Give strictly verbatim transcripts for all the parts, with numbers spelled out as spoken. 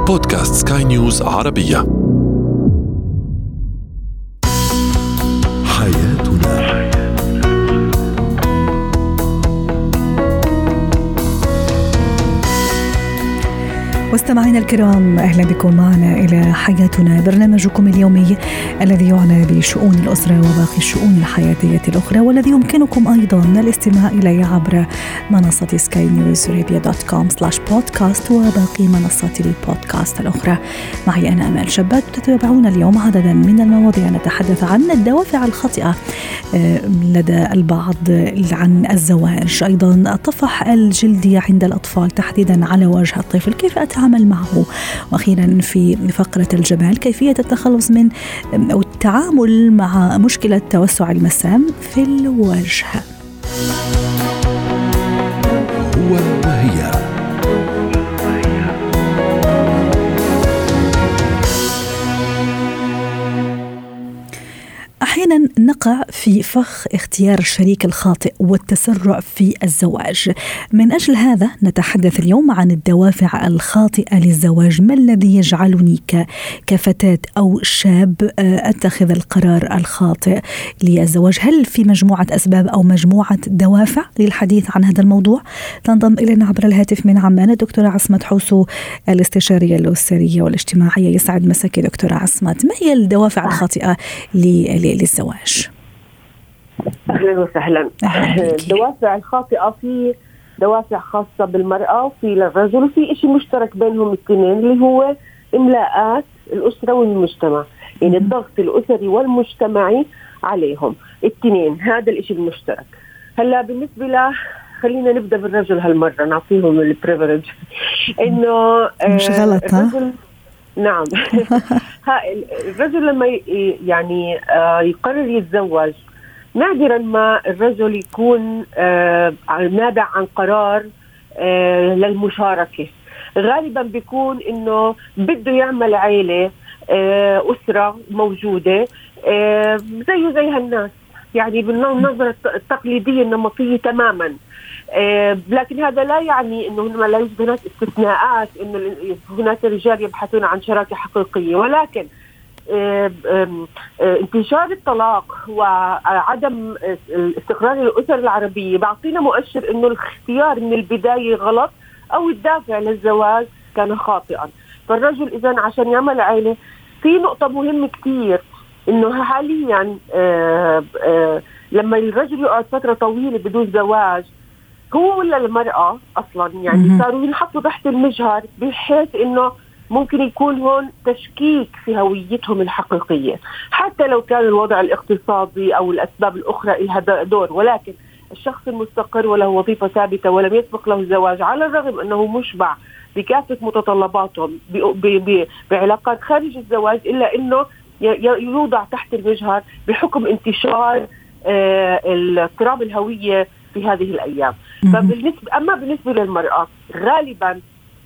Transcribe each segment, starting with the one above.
بودكاست سكاي نيوز عربية. حياتنا. مستمعينا الكرام، أهلا بكم معنا إلى حياتنا، برنامجكم اليومي الذي يعنى بشؤون الأسرة وباقي الشؤون الحياتية الأخرى، والذي يمكنكم أيضا الاستماع إليه عبر منصة سكاي نيوز عربية دوت كوم سلاش بودكاست وباقي منصات البودكاست الأخرى. معي أنا أمال شبات. تتابعون اليوم عددا من المواضيع، نتحدث عن الدوافع الخاطئة لدى البعض عن الزواج، أيضا الطفح الجلدي عند الأطفال تحديدا على وجه الطفل، كيف أتعامل معه، وأخيرا في فقرة الجمال كيفية التخلص من أو التعامل مع مشكلة توسع المسام في الوجه. هو وهي. أحيانا نقع في فخ اختيار الشريك الخاطئ والتسرع في الزواج. من أجل هذا نتحدث اليوم عن الدوافع الخاطئة للزواج. ما الذي يجعلني كفتاة أو شاب أتخذ القرار الخاطئ للزواج؟ هل في مجموعة أسباب أو مجموعة دوافع؟ للحديث عن هذا الموضوع تنضم إلينا عبر الهاتف من عمان الدكتورة عصمت حوسو، الاستشارية الأسرية والاجتماعية. يسعد مساكي دكتورة عصمت. ما هي الدوافع الخاطئة للزواج؟ أهلا وسهلا. الدوافع الخاطئة، في دوافع خاصة بالمرأة وفي للرجل، وفي إشي مشترك بينهم الاثنين اللي هو إملاءات الأسرة والمجتمع، يعني الضغط الأسري والمجتمعي عليهم الاثنين، هذا الإشي المشترك. هلا بالنسبة له خلينا نبدأ بالرجل هالمرة، نعطيهم البريفريج إنه مش غلط ها؟ نعم. الرجل لما يعني يقرر يتزوج، نادرا ما الرجل يكون نابع عن قرار للمشاركة. غالبا بيكون انه بده يعمل عيلة، أسرة موجودة زيه زي هالناس، يعني بالنظرة التقليدية النمطية تماما. لكن هذا لا يعني انه لا يوجد هناك استثناءات، انه هناك رجال يبحثون عن شراكة حقيقية، ولكن انتشار الطلاق وعدم استقرار الأسر العربية بعطينا مؤشر انه الاختيار من البداية غلط، او الدافع للزواج كان خاطئا. فالرجل اذا عشان يعمل عائلة، في نقطة مهمة كتير، انه حاليا لما الرجل يقعد فترة طويلة بدون زواج، هو ولا المرأة أصلا يعني صاروا ينحطوا تحت المجهر، بحيث إنه ممكن يكون هون تشكيك في هويتهم الحقيقية، حتى لو كان الوضع الاقتصادي أو الأسباب الأخرى لها دور. ولكن الشخص المستقر وله وظيفة ثابتة ولم يسبق له الزواج، على الرغم أنه مشبع بكافة متطلباتهم بعلاقات خارج الزواج، إلا أنه يوضع تحت المجهر بحكم انتشار اضطراب الهوية في هذه الأيام. فبالنسبة أما بالنسبة للمرأة غالبا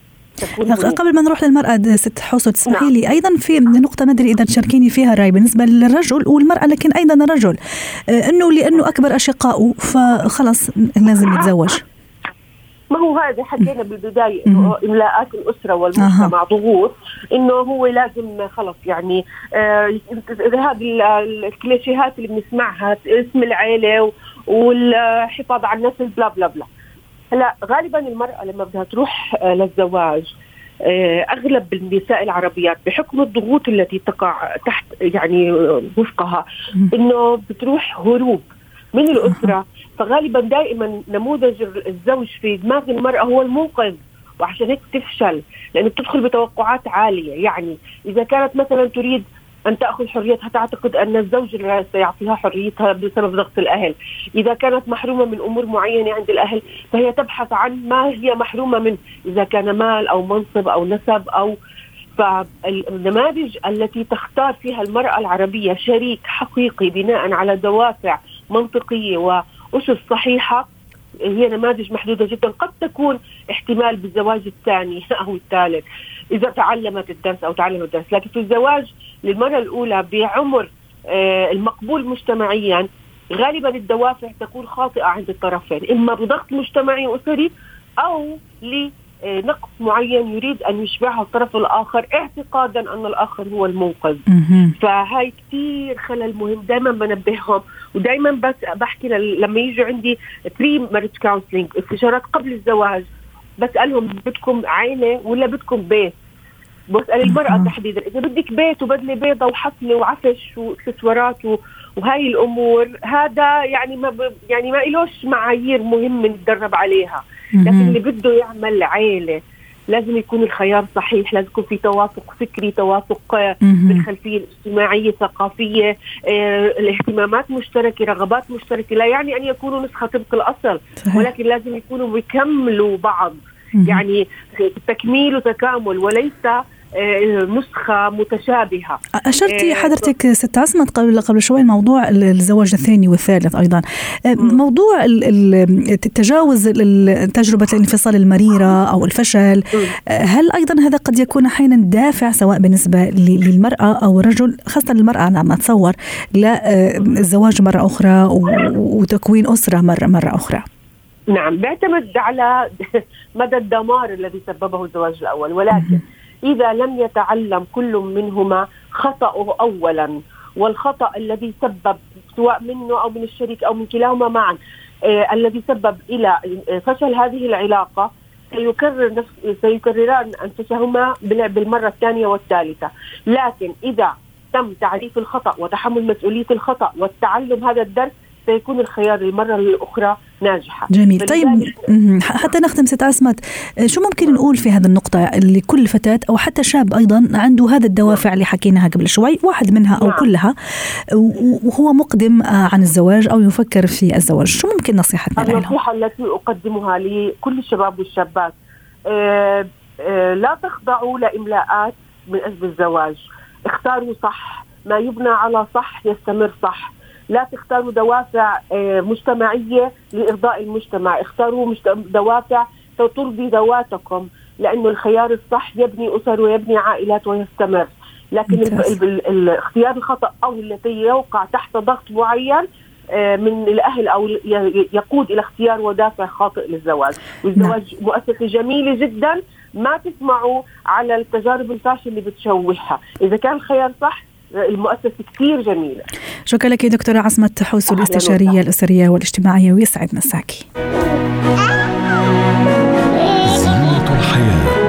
قبل ما نروح للمرأة ست حوسو، تسمحي لي أيضا في نقطة ما أدري إذا تشاركيني فيها رأي بالنسبة للرجل والمرأة، لكن أيضا الرجل أنه لأنه أكبر أشقائه فخلص لازم يتزوج. ما هو هذا حكينا بالبداية، إنه إملاءات الأسرة والمجتمع ضغوط، إنه هو لازم خلص يعني آه هذه الكليشيهات اللي بنسمعها، اسم العيلة والحفاظ على النسل بلا بلا بلا. هلا غالبا المرأة لما بدها تروح آه للزواج، آه أغلب النساء العربيات بحكم الضغوط التي تقع تحت يعني وفقها، إنه بتروح هروب من الأسرة. فغالبا دائما نموذج الزوج في دماغ المرأة هو المنقذ، وعشان هيك تفشل، لأنه بتدخل بتوقعات عالية. يعني إذا كانت مثلا تريد أن تأخذ حريتها، تعتقد أن الزوج سيعطيها حريتها بسبب ضغط الأهل. إذا كانت محرومة من أمور معينة عند الأهل، فهي تبحث عن ما هي محرومة منه، إذا كان مال أو منصب أو نسب أو. فالنماذج التي تختار فيها المرأة العربية شريك حقيقي بناء على دوافع منطقية وأسس صحيحة هي نماذج محدودة جدا. قد تكون احتمال بالزواج الثاني أو الثالث إذا تعلمت الدرس أو تعلمت الدرس، لكن في الزواج للمرة الأولى بعمر المقبول مجتمعيا غالبا الدوافع تكون خاطئة عند الطرفين، إما بضغط مجتمعي وأسري أو نقص معين يريد أن يشبعه الطرف الآخر اعتقادا أن الآخر هو المنقذ. فهاي كتير خلل مهم دايما بنبههم، ودايما بس بحكي لما يجوا عندي بري ماريج كونسلينج استشارات قبل الزواج بسألهم بدكم عيلة ولا بدكم بيت؟ بسأل المرأة تحديدا إذا بدك بيت وبدلة بيضة وحفلة وعفش واكسسوارات وهاي الأمور، هذا يعني ما ب... يعني ما إلوش معايير مهم نتدرب عليها. لكن اللي بده يعمل عيلة لازم يكون الخيار صحيح، لازم يكون في توافق فكري، توافق بالخلفية الاجتماعية الثقافية، اه الاهتمامات مشتركة، رغبات مشتركة. لا يعني أن يكونوا نسخة طبق الأصل، ولكن لازم يكونوا بيكملوا بعض، يعني تكميل وتكامل وليس نسخة متشابهة. أشرتي حضرتك ست عصمت قبل قبل شوي موضوع الزواج الثاني والثالث أيضا، موضوع التجاوز تجربة الانفصال المريرة أو الفشل، هل أيضا هذا قد يكون أحيانا دافع سواء بالنسبة للمرأة أو الرجل، خاصة المرأة أنا ما أتصور للزواج مرة أخرى وتكوين أسرة مرة مرة أخرى؟ نعم، بيعتمد على مدى الدمار الذي سببه الزواج الأول، ولكن إذا لم يتعلم كل منهما خطأه أولا، والخطأ الذي سبب سواء منه أو من الشريك أو من كلاهما معا آه الذي سبب إلى فشل هذه العلاقة، سيكرر نفس سيكرران أنفسهما بالمرة الثانية والثالثة. لكن إذا تم تعريف الخطأ وتحمل مسؤولية الخطأ والتعلم هذا الدرس، سيكون الخيار للمرة الأخرى ناجحة. جميل. طيب حتى نختم ست عصمت، شو ممكن نقول في هذه النقطة لكل فتاة أو حتى شاب أيضا عنده هذا الدوافع اللي حكيناها قبل شوي، واحد منها أو كلها، وهو مقدم عن الزواج أو يفكر في الزواج، شو ممكن نصيحتنا له؟ النصيحة التي أقدمها لكل الشباب والشابات، آه آه لا تخضعوا لإملاءات من أجل الزواج، اختاروا صح، ما يبنى على صح يستمر صح. لا تختاروا دوافع مجتمعية لإرضاء المجتمع، اختاروا دوافع ترضي ذواتكم، لأنه الخيار الصح يبني أسر ويبني عائلات ويستمر. لكن الاختيار الخطأ أو التي يوقع تحت ضغط معين من الأهل أو يقود إلى اختيار ودافع خاطئ للزواج. والزواج مؤسسة جميلة جدا، ما تسمعوا على التجارب الفاشلة اللي بتشوهها. إذا كان الخيار صح المؤسسة كتير جميلة. شكرا لك دكتورة عصمت حوسو، الاستشارية الأسرية والاجتماعية، ويسعد مساكي. زينة الحياة.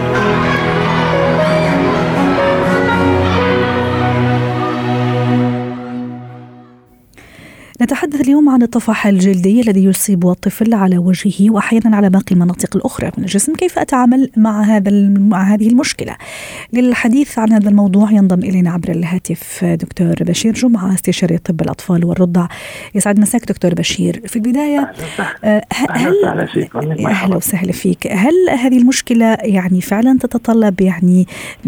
نتحدث اليوم عن الطفح الجلدي الذي يصيب الطفل على وجهه وأحيانا على باقي المناطق الأخرى من الجسم. كيف أتعامل مع هذا مع هذه المشكلة؟ للحديث عن هذا الموضوع ينضم إلينا عبر الهاتف دكتور بشير جمعة، استشاري طب الأطفال والرضع. يسعد مساك دكتور بشير. في البداية هل أهلا وسهلا فيك، هل هذه المشكلة يعني فعلا تتطلب يعني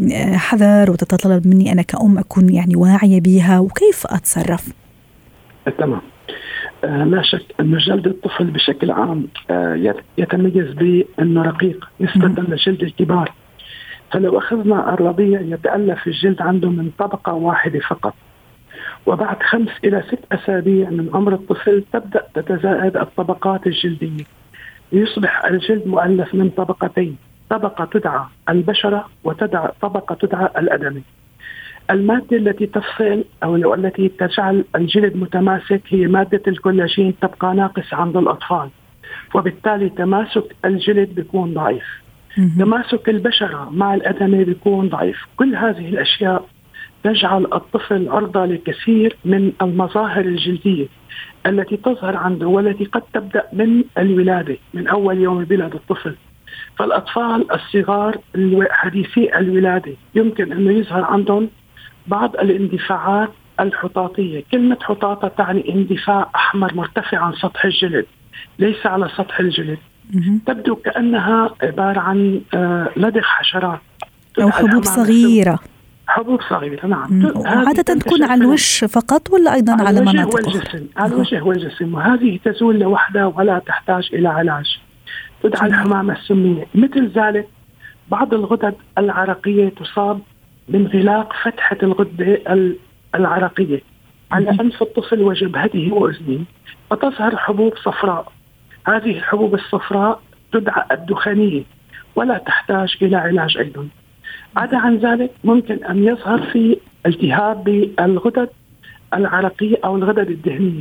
حذر وتتطلب مني أنا كأم أكون يعني واعية بها، وكيف أتصرف؟ تمام. آه لا شك أن جلد الطفل بشكل عام آه يتميز بأنه رقيق نسبة لجلد الكبار. فلو أخذنا الرضيع يتألف الجلد عنده من طبقة واحدة فقط، وبعد خمس إلى ست أسابيع من عمر الطفل تبدأ تتزايد الطبقات الجلدية، يصبح الجلد مؤلف من طبقتين، طبقة تدعى البشرة وتدعى طبقة تدعى الأدمي. المادة التي تفصل أو التي تجعل الجلد متماسك هي مادة الكولاجين، تبقى ناقص عند الأطفال، وبالتالي تماسك الجلد بيكون ضعيف. تماسك البشرة مع الأدمي بيكون ضعيف. كل هذه الأشياء تجعل الطفل عرضة لكثير من المظاهر الجلدية التي تظهر عنده والتي قد تبدأ من الولادة، من أول يوم بلاد الطفل. فالأطفال الصغار حديثي الولادة يمكن أنه يظهر عندهم بعض الاندفاعات الحطاطية. كلمة حطاطة تعني اندفاع أحمر مرتفع عن سطح الجلد، ليس على سطح الجلد. تبدو كأنها عبارة عن لدغ حشرات أو حبوب صغيرة. حبوب صغيرة نعم. عادة تكون على الوجه فقط ولا أيضا على, على مناطق أخرى؟ على الوجه والجسم، وهذه تزول لوحدها ولا تحتاج إلى علاج. تدعى الحمامة السمية. مثل ذلك بعض الغدد العرقية تصاب بانغلاق فتحة الغدة العرقية على أنف الطفل وجبهته وأذنه، فتظهر حبوب صفراء. هذه الحبوب الصفراء تدعى الدخانية، ولا تحتاج إلى علاج أيضا. عدا عن ذلك ممكن أن يظهر في التهاب بالغدد العرقية أو الغدد الدهنية،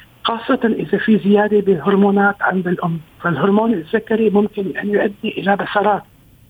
خاصة إذا في زيادة بالهرمونات عند الأم. فالهرمون الذكري ممكن أن يؤدي إلى بسرات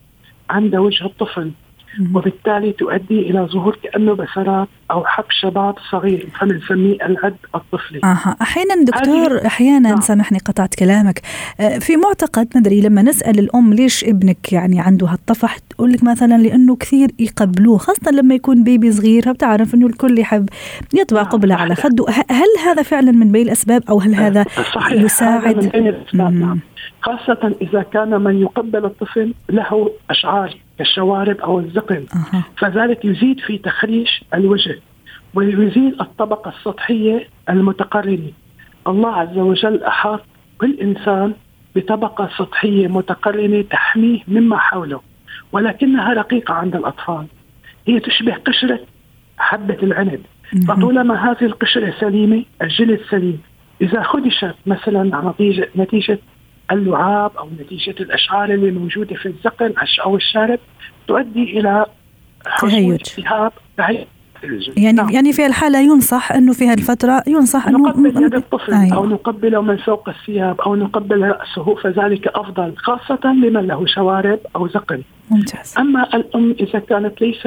عند وجه الطفل، وبالتالي تؤدي إلى ظهور كأنه بسرات أو حب شباب صغير فنسميه العد الطفلي. أها. أحيانا دكتور، أحيانا آه. سامحني قطعت كلامك، في معتقد مدري لما نسأل الأم ليش ابنك يعني عنده هالطفح، تقول لك مثلا لأنه كثير يقبلوه، خاصة لما يكون بيبي صغير، بتعرف أنه الكل يحب يطبع قبلة على خده. هل هذا فعلا من بين الأسباب أو هل هذا صحيح يساعد؟ من بين الأسباب نعم. خاصة إذا كان من يقبل الطفل له أشعار كالشوارب أو الذقن، أه. فذلك يزيد في تخريش الوجه ويزيد الطبقة السطحية المتقرنة. الله عز وجل أحاط كل إنسان بطبقة سطحية متقرنة تحميه مما حوله، ولكنها رقيقة عند الأطفال، هي تشبه قشرة حبة العنب. فطولما هذه القشرة سليمة، الجلد سليم، إذا خدشت مثلا نتيجة نتيجة اللعاب أو نتيجة الأشعار اللي موجودة في الذقن أو الشارب، تؤدي إلى حصول التهاب تهيج الجلد. يعني نعم. يعني في الحالة ينصح أنه في هذه الفترة ينصح أنه نقبل يد الطفل أيوة. أو نقبله من فوق الثياب أو نقبل رأسه، فذلك أفضل، خاصة لمن له شوارب أو ذقن. ممتاز. أما الأم إذا كانت ليس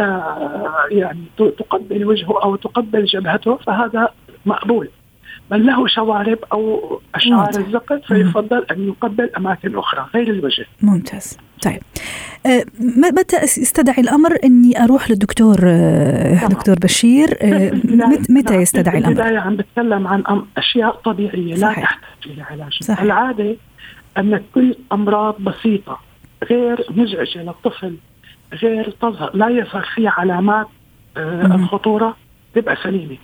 يعني تقبل وجهه أو تقبل جبهته فهذا مقبول. من له شوارب أو أشعار الذقن فيفضل أن يقبل أماكن أخرى غير الوجه. ممتاز. طيب أه متى يستدعي الأمر أني أروح للدكتور أه دكتور بشير؟ أه متى يستدعي الأمر؟ البداية عم بتكلم عن أشياء طبيعية لا تحتاج إلى علاج. صحيح. العادة أن كل أمراض بسيطة غير مزعجة للطفل، غير تظهر لا يظهر فيها علامات أه الخطورة، تبقى سليمة.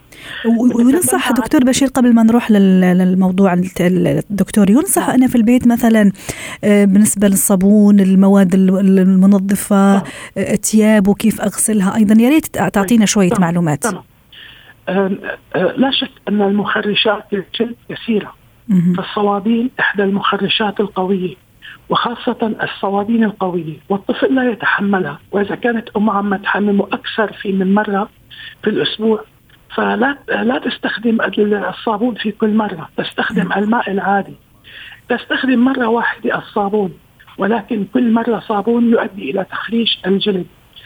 وينصح دكتور بشير قبل ما نروح للموضوع الدكتور، ينصح أنا في البيت مثلا بالنسبة للصابون، المواد المنظفة، الثياب وكيف أغسلها أيضا، يا ريت تعطينا شوية طبعا. معلومات. طبعا. لا شك أن المخرشات كثيرة، فالصوابين إحدى المخرشات القوية، وخاصة الصوابين القوية، والطفل لا يتحملها، وإذا كانت أم عم تحمله أكثر في من مرة في الأسبوع فلا لا تستخدم الصابون في كل مرة، تستخدم الماء العادي. تستخدم مرة واحدة الصابون، ولكن كل مرة صابون يؤدي إلى تخريش الجلد.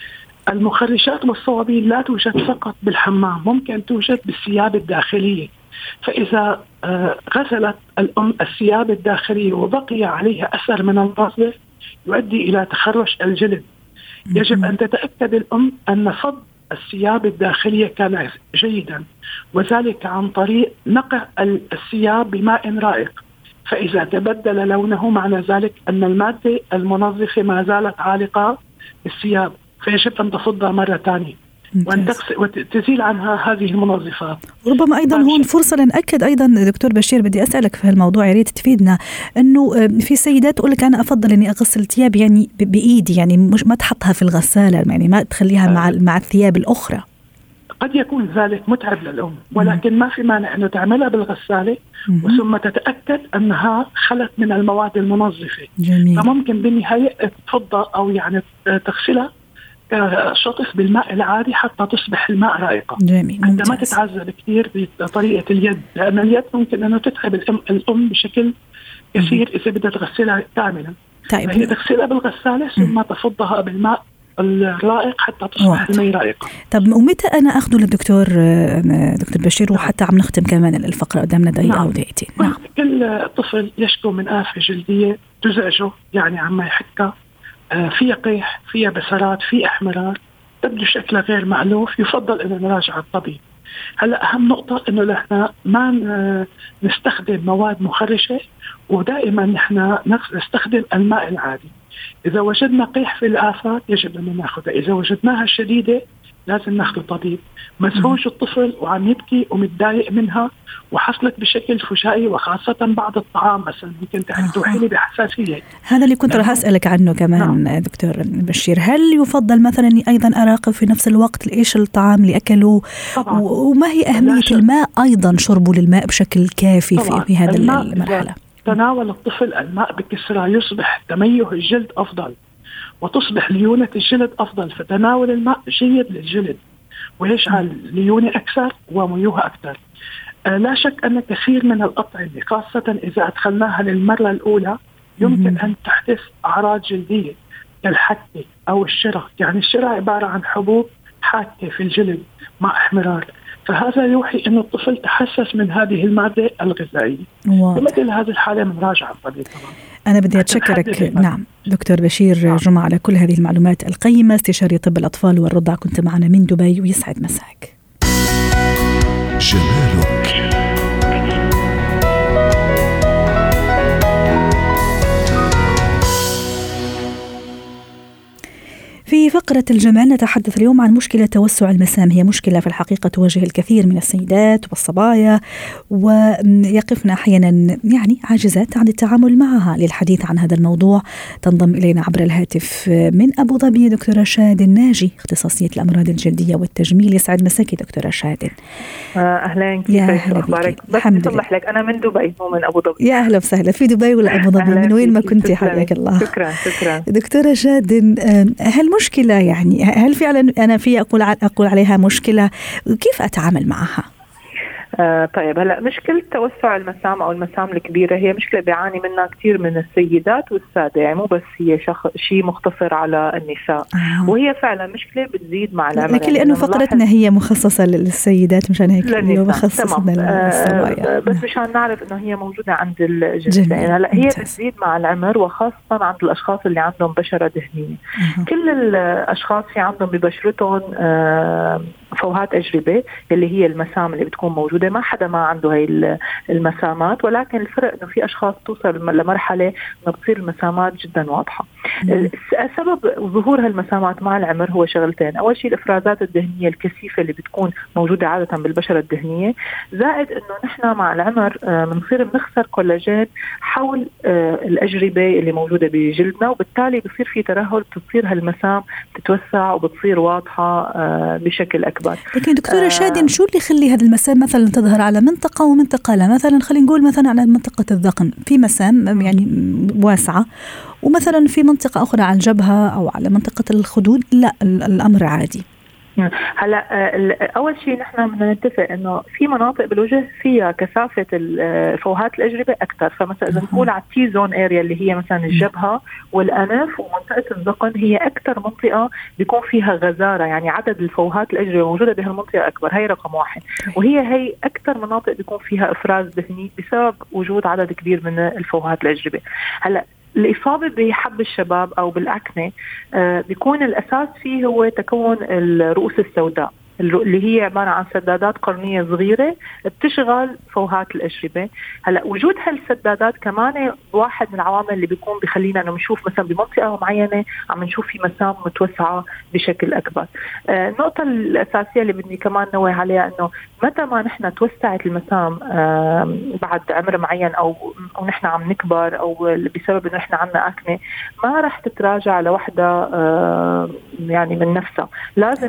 المخرشات والصوابين لا توجد فقط بالحمام، ممكن توجد بالثياب الداخلية. فإذا غسلت الأم الثياب الداخلية وبقي عليها أثر من الغسل يؤدي إلى تخرش الجلد. يجب أن تتأكد الأم أن فض الثياب الداخلية كان جيدا، وذلك عن طريق نقع الثياب بماء رائق، فإذا تبدل لونه معنى ذلك أن المادة المنظفة ما زالت عالقة بالثياب، فيجب أن تصدها مرة ثانية وتزيل عنها هذه المنظفات. ربما أيضا هون فرصة لنأكد أيضا دكتور بشير، بدي أسألك في هالموضوع يا ريت تفيدنا، أنه في سيدات تقول لك أنا أفضل إني أغسل ثياب يعني بإيدي، يعني مش ما تحطها في الغسالة، يعني ما تخليها مع مع الثياب الأخرى. قد يكون ذلك متعب للأم، ولكن ما في مانع أنه تعملها بالغسالة وثم تتأكد أنها خلت من المواد المنظفة. جميل. فممكن بالنهاية تفضها أو يعني تغسلها شطف بالماء العادي حتى تصبح الماء رائقة. جميل. عندما تتعذب كثير بطريقة اليد، لأن اليد ممكن أنه تتعب الأم, الأم بشكل كثير إذا بدها تغسلها كاملا. طيب. فهي تغسلها بالغسالة ثم تفضها بالماء الرائق حتى تصبح الماء رائقة. طب ومتى أنا أخذه للدكتور دكتور بشير؟ وحتى عم نختم كمان الفقرة قدامنا دقيقة أو دقيقتين. نعم. كل طفل يشكو من آفة جلدية تزعجه، يعني عما يحكى فيها قيح، فيها بسرات، فيها احمرار، تبدو شكلها غير مألوف، يفضل أن نراجع الطبيب. هلا أهم نقطة إنه نحن ما نستخدم مواد مخرشة، ودائما نحن نستخدم الماء العادي. إذا وجدنا قيح في الآفات يجب أن نأخذها، إذا وجدناها شديدة لازم ناخذ طبيب. مزعوج الطفل وعم يبكي ومتضايق منها وحصلت بشكل فجائي، وخاصة بعد الطعام مثلا ممكن توحي لي بحساسية. هذا اللي كنت راح أسألك عنه كمان. نعم. دكتور بشير، هل يفضل مثلا أني أيضا أراقب في نفس الوقت إيش الطعام اللي أكله؟ طبعا. وما هي أهمية الماء أيضا، شربه للماء بشكل كافي في, في هذه المرحلة؟ تناول الطفل الماء بكثرة يصبح تميه الجلد أفضل، وتصبح ليونة الجلد أفضل. فتناول الماء جيد للجلد ويجعل ليونة أكثر وميوها أكثر. آه لا شك أن كثير من الأطعمة خاصة إذا أدخلناها للمرة الأولى يمكن أن تحدث أعراض جلدية كالحكة أو الشرة. يعني الشرة عبارة عن حبوب حاكة في الجلد مع احمرار، فهذا يوحي أن الطفل تحسس من هذه المادة الغذائية. بمثل هذه الحالة من راجع الطبيب طبعا. أنا بدي أتشكرك نعم دكتور بشير جمعة على كل هذه المعلومات القيمة، استشاري طب الأطفال والرضع، كنت معنا من دبي ويسعد مساك. جمالك في فقرة الجمال نتحدث اليوم عن مشكلة توسع المسام. هي مشكلة في الحقيقة تواجه الكثير من السيدات والصبايا، ويقفن أحيانا يعني عاجزات عن التعامل معها. للحديث عن هذا الموضوع تنضم إلينا عبر الهاتف من أبو ظبي دكتورة شادن ناجي، اختصاصية الأمراض الجلدية والتجميل. يسعد مساكي دكتورة شادن. أهلا، يا أهلا بك. الحمد لله. لك أنا من دبي مو من أبو ظبي. يا أهلا وسهلا. في دبي ولا أبو ظبي؟ من وين ما كنتي حياك الله. شكرا شكرا دكتورة شادن، هل مشكلة يعني هل فعلا أنا في أقول أقول عليها مشكلة؟ كيف أتعامل معها؟ آه طيب هلا مشكلة توسع المسام أو المسام الكبيرة هي مشكلة بيعاني منها كثير من السيدات والسادة، يعني مو بس هي شخ... شيء مختصر على النساء. آه. وهي فعلا مشكلة بتزيد مع العمر، لكن لأنه فقرتنا هي مخصصة للسيدات مشان هيك اليوم خصصنا للصبايا. آه بس مشان نعرف إنه هي موجودة عند الجنسين. هلا هي بتزيد مع العمر وخاصة عند الأشخاص اللي عندهم بشرة دهنية. آه. كل الأشخاص في عندهم ببشرتهم آه فوهات أجربة اللي هي المسام اللي بتكون موجودة. ما حدا ما عنده هاي المسامات، ولكن الفرق إنه في أشخاص توصل لمرحلة إنه بتصير المسامات جدا واضحة. السبب ظهور هالمسامات مع العمر هو شغلتين. أول شيء الإفرازات الدهنية الكثيفة اللي بتكون موجودة عادة بالبشرة الدهنية، زائد إنه نحن مع العمر بنصير بنخسر كولاجين حول الأجربة اللي موجودة بجلدنا، وبالتالي بصير في ترهل، بتصير هالمسام تتوسع وبتصير واضحة بشكل أكبر. لكن دكتورة شادن، شو اللي يخلي هذه المسام مثلا تظهر على منطقة ومنطقة لا؟ مثلا خلينا نقول مثلا على منطقة الذقن في مسام يعني واسعة، ومثلا في منطقة أخرى على الجبهة أو على منطقة الخدود لا الأمر عادي. هلا اول شيء نحن بدنا نتفق انه في مناطق بالوجه فيها كثافه الفوهات الاجربه اكثر. فمثلا اذا نقول على التي زون اريا اللي هي مثلا الجبهه والانف ومنطقه الذقن، هي اكثر منطقه بيكون فيها غزاره، يعني عدد الفوهات الاجربه موجوده بهالمنطقه اكبر. هي رقم واحد. وهي هي اكثر مناطق بيكون فيها افراز دهني بسبب وجود عدد كبير من الفوهات الاجربه. هلا الإصابة بحب الشباب أو بالأكنة آه بيكون الأساس فيه هو تكون الرؤوس السوداء اللي هي عبارة عن سدادات قرنية صغيرة بتشغل فوهات الأجربة. هلأ وجود هالسدادات كمان واحد من العوامل اللي بيكون بيخلينا أنه نشوف مثلا بمنطقة معينة عم نشوف في مسام متوسعة بشكل أكبر. آه النقطة الأساسية اللي بدي كمان نوه عليها أنه متى ما نحن توسعت المسام آه بعد عمر معين أو, أو نحن عم نكبر أو بسبب أنه نحن عنا أكنة، ما رح تتراجع لوحدة آه يعني من نفسها. لازم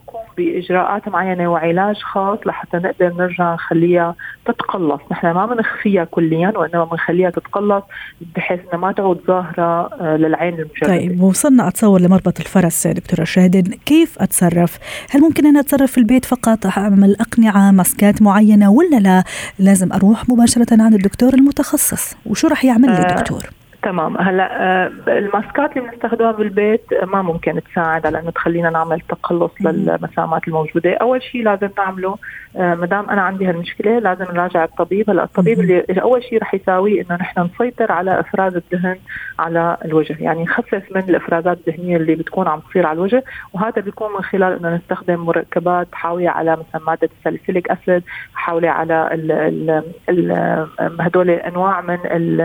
بإجراءات معينة وعلاج خاص لحتى نقدر نرجع نخليها تتقلص. نحن ما بنخفيها كليا، وإنما بنخليها تتقلص بحيث إنها ما تعود ظاهرة للعين المجردة. طيب وصلنا أتصور لمربط الفرس دكتورة شادن، كيف أتصرف؟ هل ممكن أنا أتصرف في البيت فقط أعمل أقنعة ماسكات معينة، ولا لا لازم أروح مباشرة عند الدكتور المتخصص؟ وشو رح يعمل لي الدكتور؟ تمام. هلا الماسكات اللي بنستخدمها بالبيت ما ممكن تساعد على انه تخلينا نعمل تقلص للمسامات الموجوده. اول شيء لازم نعمله ما دام انا عندي هالمشكله لازم نراجع الطبيب. هلا الطبيب اللي اول شيء رح يساوي انه نحن نسيطر على افراز الدهن على الوجه، يعني نخفف من الافرازات الدهنيه اللي بتكون عم تصير على الوجه، وهذا بيكون من خلال انه نستخدم مركبات حاويه على مثلا ماده الساليسيليك اسيد، حاويه على ال ال هدول انواع من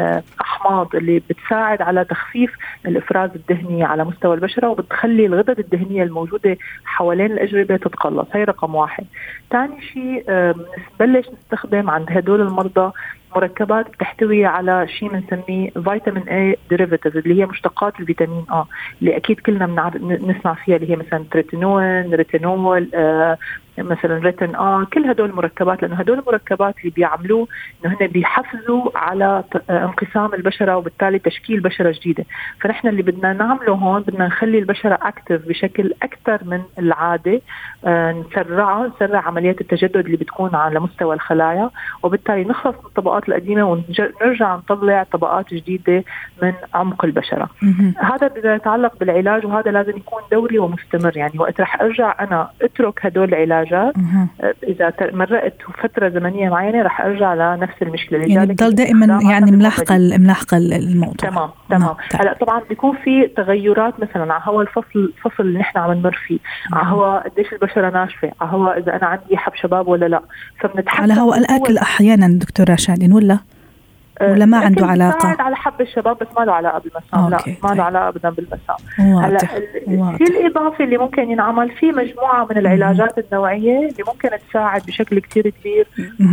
الاحماض اللي بتساعد على تخفيف الإفراز الدهني على مستوى البشرة، وبتخلي الغدد الدهنية الموجودة حوالين الأجربة تتقلص. هي رقم واحد. ثاني شيء بنبلش نستخدم عند هدول المرضى مركبات بتحتوي على شيء بنسميه فيتامين A derivative اللي هي مشتقات الفيتامين A اللي أكيد كلنا نسمع فيها، اللي هي مثلا تريتينول، ريتينول، آه مثلا ريتن ار، كل هدول المركبات، لانه هدول المركبات اللي بيعملوه انه هن بيحفزوا على انقسام البشره وبالتالي تشكيل بشره جديده. فنحن اللي بدنا نعمله هون بدنا نخلي البشره اكتف بشكل اكثر من العاده، آه نسرعها نسرع عمليات التجدد اللي بتكون على مستوى الخلايا، وبالتالي نخلص من الطبقات القديمه ونرجع نطلع طبقات جديده من عمق البشره. هذا بده يتعلق بالعلاج، وهذا لازم يكون دوري ومستمر. يعني وقت رح ارجع انا اترك هدول العلاجات اذا مرقت فتره زمنيه معينه رح ارجع لنفس المشكله. يعني بضل دائما يعني ملاحقه ملاحقه الموضوع. تمام تمام. هلا طبعا بيكون في تغيرات مثلا على هوا الفصل الفصل اللي نحن عم نمر فيه، على هوا قديش البشره ناشفه، على هوا اذا انا عندي حب شباب ولا لا، فبنتحكم على هوا الاكل احيانا دكتوره شادن ولا ولا ما عنده علاقة؟ على حب الشباب بس ما له علاقة بالمسام. لا ما له علاقة أبدا بالمسام. هلا الشيء الإضافي اللي ممكن ينعمل فيه مجموعة من العلاجات النوعية اللي ممكن تساعد بشكل كتير كبير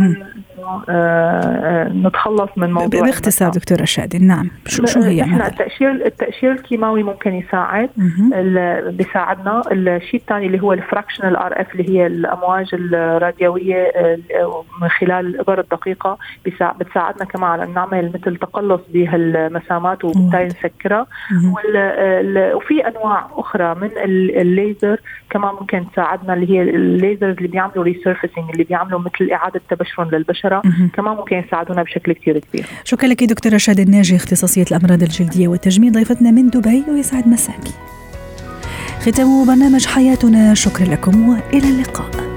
آه نتخلص من موضوع. باختصار دكتورة شادن، نعم شو شو هي؟ احنا التأشير التأشير الكيماوي ممكن يساعد، بيساعدنا. الشيء الثاني اللي هو الفراكشنال ار اف اللي هي الأمواج الراديوية من خلال الإبر الدقيقة بتساعدنا كمان على نعمل مثل تقلص بهالمسامات وبالتالي نسكرها. وفي أنواع أخرى من الليزر كمان ممكن تساعدنا، اللي هي الليزر اللي بيعملوا ريسيرفيسنج، اللي بيعملوا مثل إعادة تبشر للبشرة، كمان ممكن يساعدونا بشكل كتير كبير. شكرا لك دكتورة شادن ناجي، اختصاصية الأمراض الجلدية والتجميل، ضيفتنا من دبي، ويسعد مساكي. ختام برنامج حياتنا، شكرا لكم وإلى اللقاء.